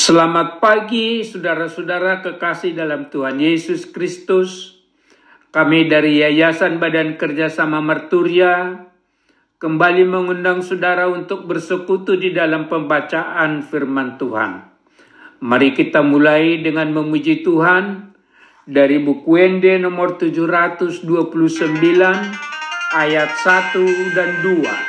Selamat pagi saudara-saudara kekasih dalam Tuhan Yesus Kristus. Kami dari Yayasan Badan Kerjasama Marturia kembali mengundang saudara untuk bersekutu di dalam pembacaan firman Tuhan. Mari kita mulai dengan memuji Tuhan dari buku Wende nomor 729 ayat 1 dan 2.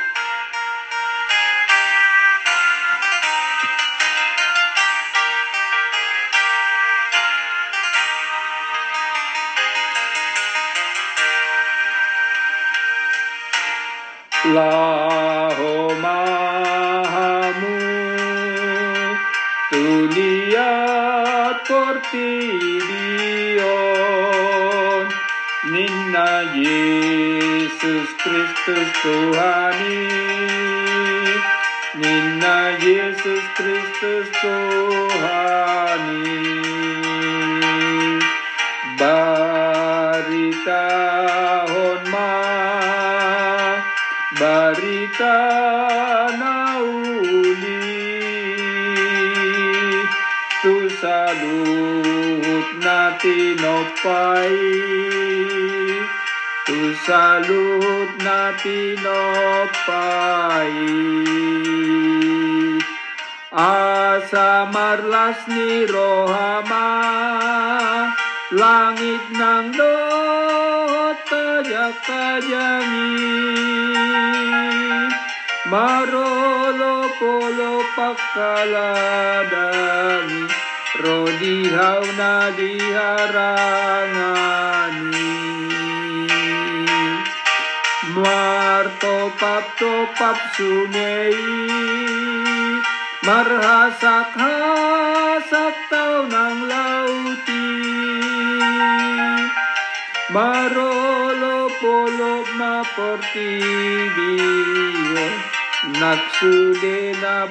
Laho mahamu tuliat portidion Ninna Yesus Kristus Tuhani Ninna Yesus Kristus Tuhani Barita nauli tu salut nati nopai tu salut nati nopai asa marlas ni rohama langit nang dot kajangi marolo polo pakaladani rodi hauna diharangani martopap sumei marhasak tau nang lauti marolo polo maportidio naksude na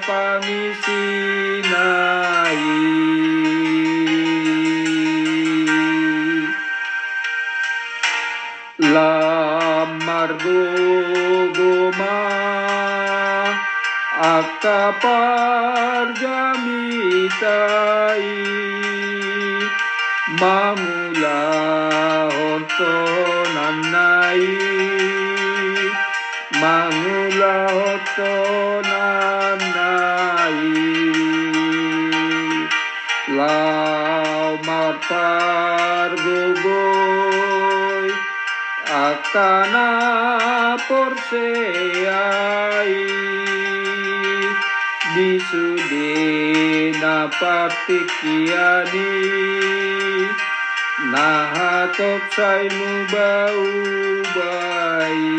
pangisinai lamar gogoma akapar jamitai mamula honto nanai mangula honto nanai lau marpar gogoy akana porseai disudena patikiani nahatok saimu bau bayi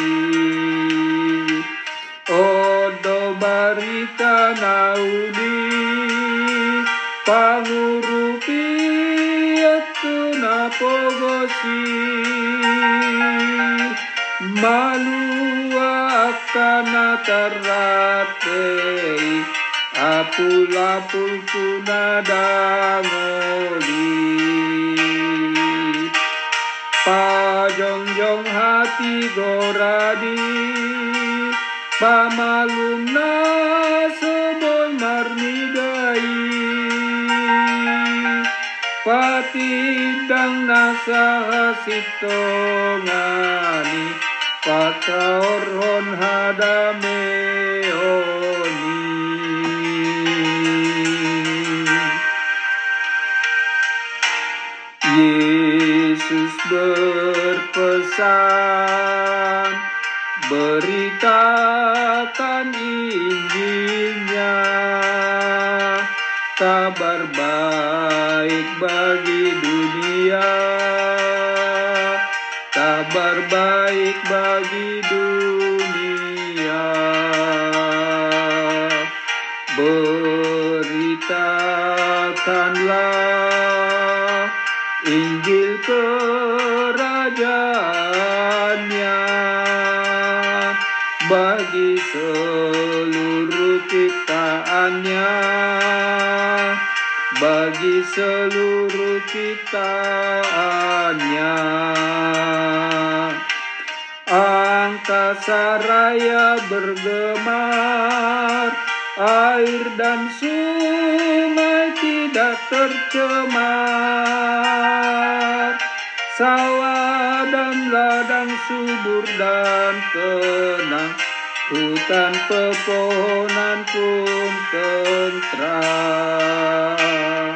odo barita naudi pangurupi aku napogosi malu akan teratei apul-apul kunadangoli pajongjong hati goradi pamalumna soboy marmigai patidang nasa hasitongani pataorhon hadameoni Yesus berpesan, beritakan Injilnya, kabar baik bagi dunia, kabar baik bagi dunia. Beritakanlah Injil kerajaannya bagi seluruh ciptaannya, bagi seluruh ciptaannya. Angkasa raya bergemar, air dan sungai tidak tercemar, sawah dan ladang subur dan tenang, hutan pepohonan pun tentram.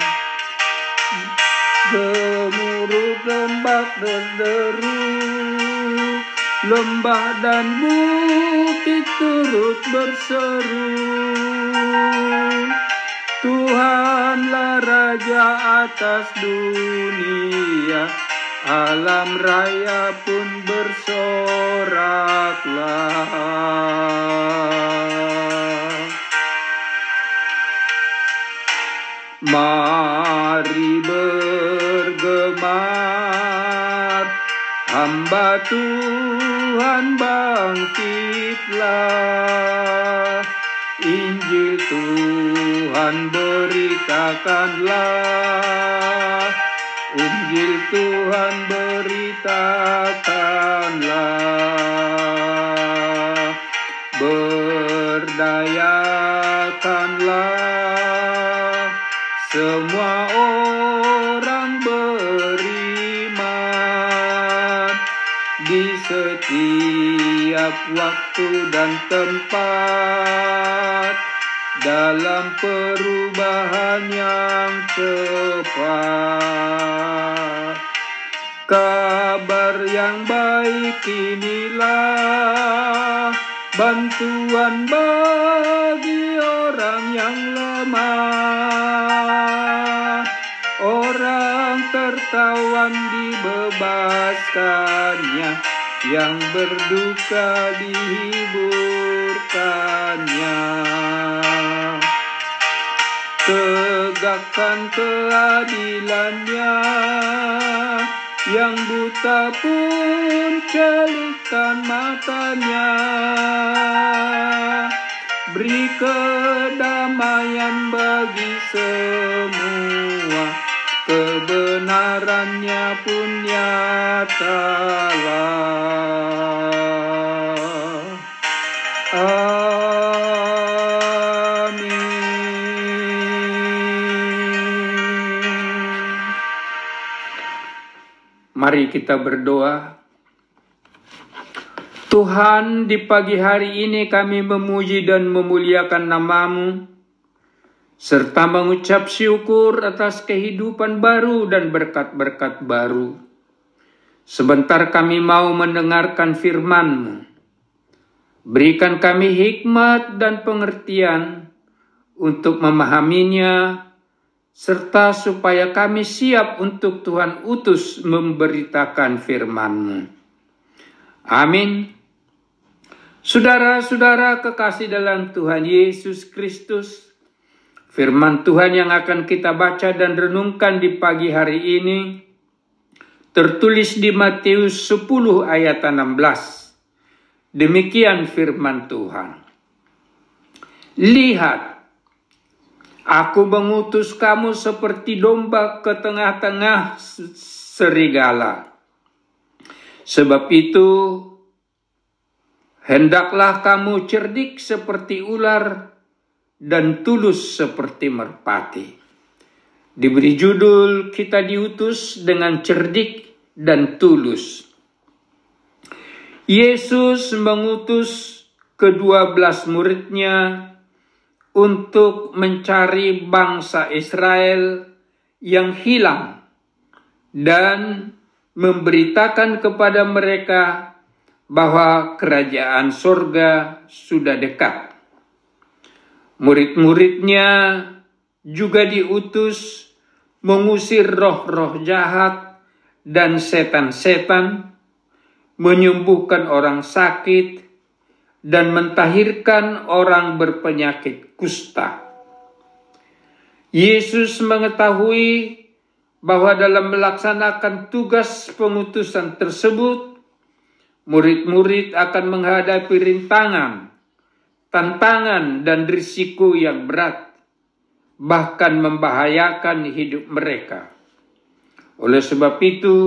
Gemuruh lembah berderu, lembah dan bukit turut berseru. Tuhanlah Raja atas dunia, alam raya pun bersoraklah. Mari bergemar, hamba Tuhan bangkitlah, Injil Tuhan beritakanlah, Injil Tuhan beritakanlah, berdayakanlah semua orang beriman di setiap waktu dan tempat, dalam perubahan yang cepat. Kabar yang baik inilah bantuan bagi orang yang lemah, orang tertawan dibebaskannya, yang berduka dihiburkannya. Tegakkan keadilannya, yang buta pun celupkan matanya. Beri kedamaian bagi semua, kebenarannya pun nyatalah. Amin. Mari kita berdoa. Tuhan, di pagi hari ini kami memuji dan memuliakan nama-Mu, serta mengucap syukur atas kehidupan baru dan berkat-berkat baru. Sebentar kami mau mendengarkan firman-Mu. Berikan kami hikmat dan pengertian untuk memahaminya, serta supaya kami siap untuk Tuhan utus memberitakan firman-Mu. Amin. Saudara-saudara kekasih dalam Tuhan Yesus Kristus, firman Tuhan yang akan kita baca dan renungkan di pagi hari ini tertulis di Matius 10 ayat 16. Demikian firman Tuhan. Lihat, aku mengutus kamu seperti domba ke tengah-tengah serigala. Sebab itu, hendaklah kamu cerdik seperti ular dan tulus seperti merpati. Diberi judul, kita diutus dengan cerdik dan tulus. Yesus mengutus ke-12 muridnya untuk mencari bangsa Israel yang hilang dan memberitakan kepada mereka bahwa kerajaan sorga sudah dekat. Murid-muridnya juga diutus mengusir roh-roh jahat dan setan-setan, menyembuhkan orang sakit, dan mentahirkan orang berpenyakit kusta. Yesus mengetahui bahwa dalam melaksanakan tugas pengutusan tersebut, murid-murid akan menghadapi rintangan, tantangan, dan risiko yang berat, bahkan membahayakan hidup mereka. Oleh sebab itu,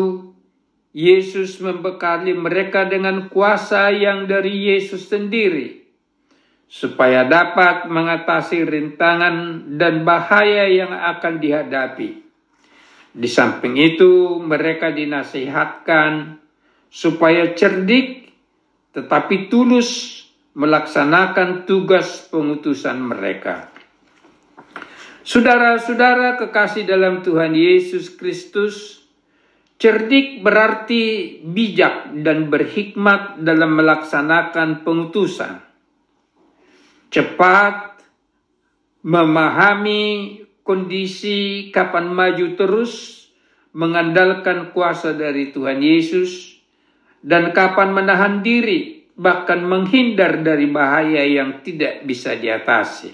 Yesus membekali mereka dengan kuasa yang dari Yesus sendiri, supaya dapat mengatasi rintangan dan bahaya yang akan dihadapi. Di samping itu, mereka dinasihatkan supaya cerdik tetapi tulus melaksanakan tugas pengutusan mereka. Saudara-saudara kekasih dalam Tuhan Yesus Kristus, cerdik berarti bijak dan berhikmat dalam melaksanakan pengutusan. Cepat memahami kondisi kapan maju terus mengandalkan kuasa dari Tuhan Yesus dan kapan menahan diri bahkan menghindar dari bahaya yang tidak bisa diatasi.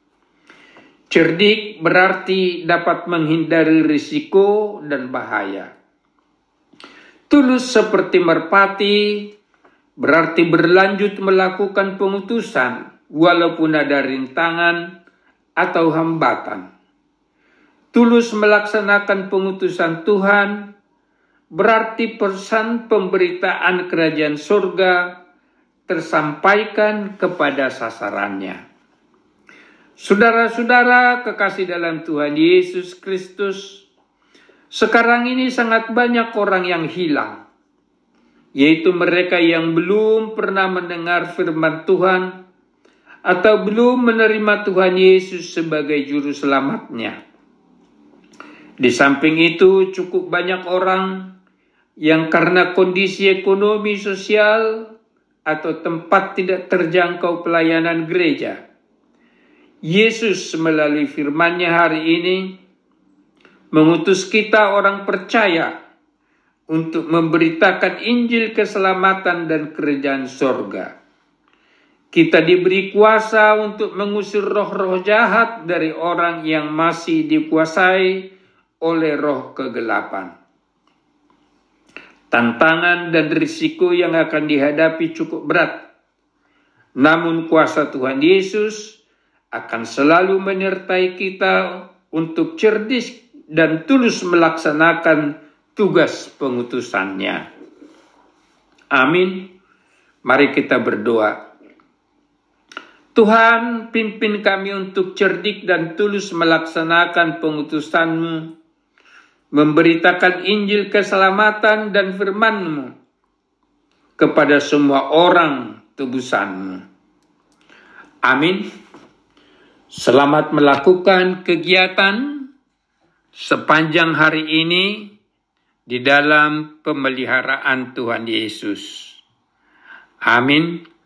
Cerdik berarti dapat menghindari risiko dan bahaya. Tulus seperti merpati berarti berlanjut melakukan pengutusan walaupun ada rintangan atau hambatan. Tulus melaksanakan pengutusan Tuhan berarti pesan pemberitaan kerajaan surga tersampaikan kepada sasarannya. Saudara-saudara kekasih dalam Tuhan Yesus Kristus, sekarang ini sangat banyak orang yang hilang, yaitu mereka yang belum pernah mendengar firman Tuhan atau belum menerima Tuhan Yesus sebagai juru selamatnya. Di samping itu, cukup banyak orang yang karena kondisi ekonomi sosial atau tempat tidak terjangkau pelayanan gereja, Yesus melalui firman-Nya hari ini mengutus kita orang percaya untuk memberitakan Injil keselamatan dan kerajaan sorga. Kita diberi kuasa untuk mengusir roh-roh jahat dari orang yang masih dikuasai oleh roh kegelapan. Tantangan dan risiko yang akan dihadapi cukup berat. Namun kuasa Tuhan Yesus akan selalu menyertai kita untuk cerdas dan tulus melaksanakan tugas pengutusannya. Amin. Mari kita berdoa. Tuhan, pimpin kami untuk cerdik dan tulus melaksanakan pengutusan-Mu, memberitakan Injil keselamatan dan firman-Mu kepada semua orang tebusan-Mu. Amin. Selamat melakukan kegiatan sepanjang hari ini di dalam pemeliharaan Tuhan Yesus. Amin.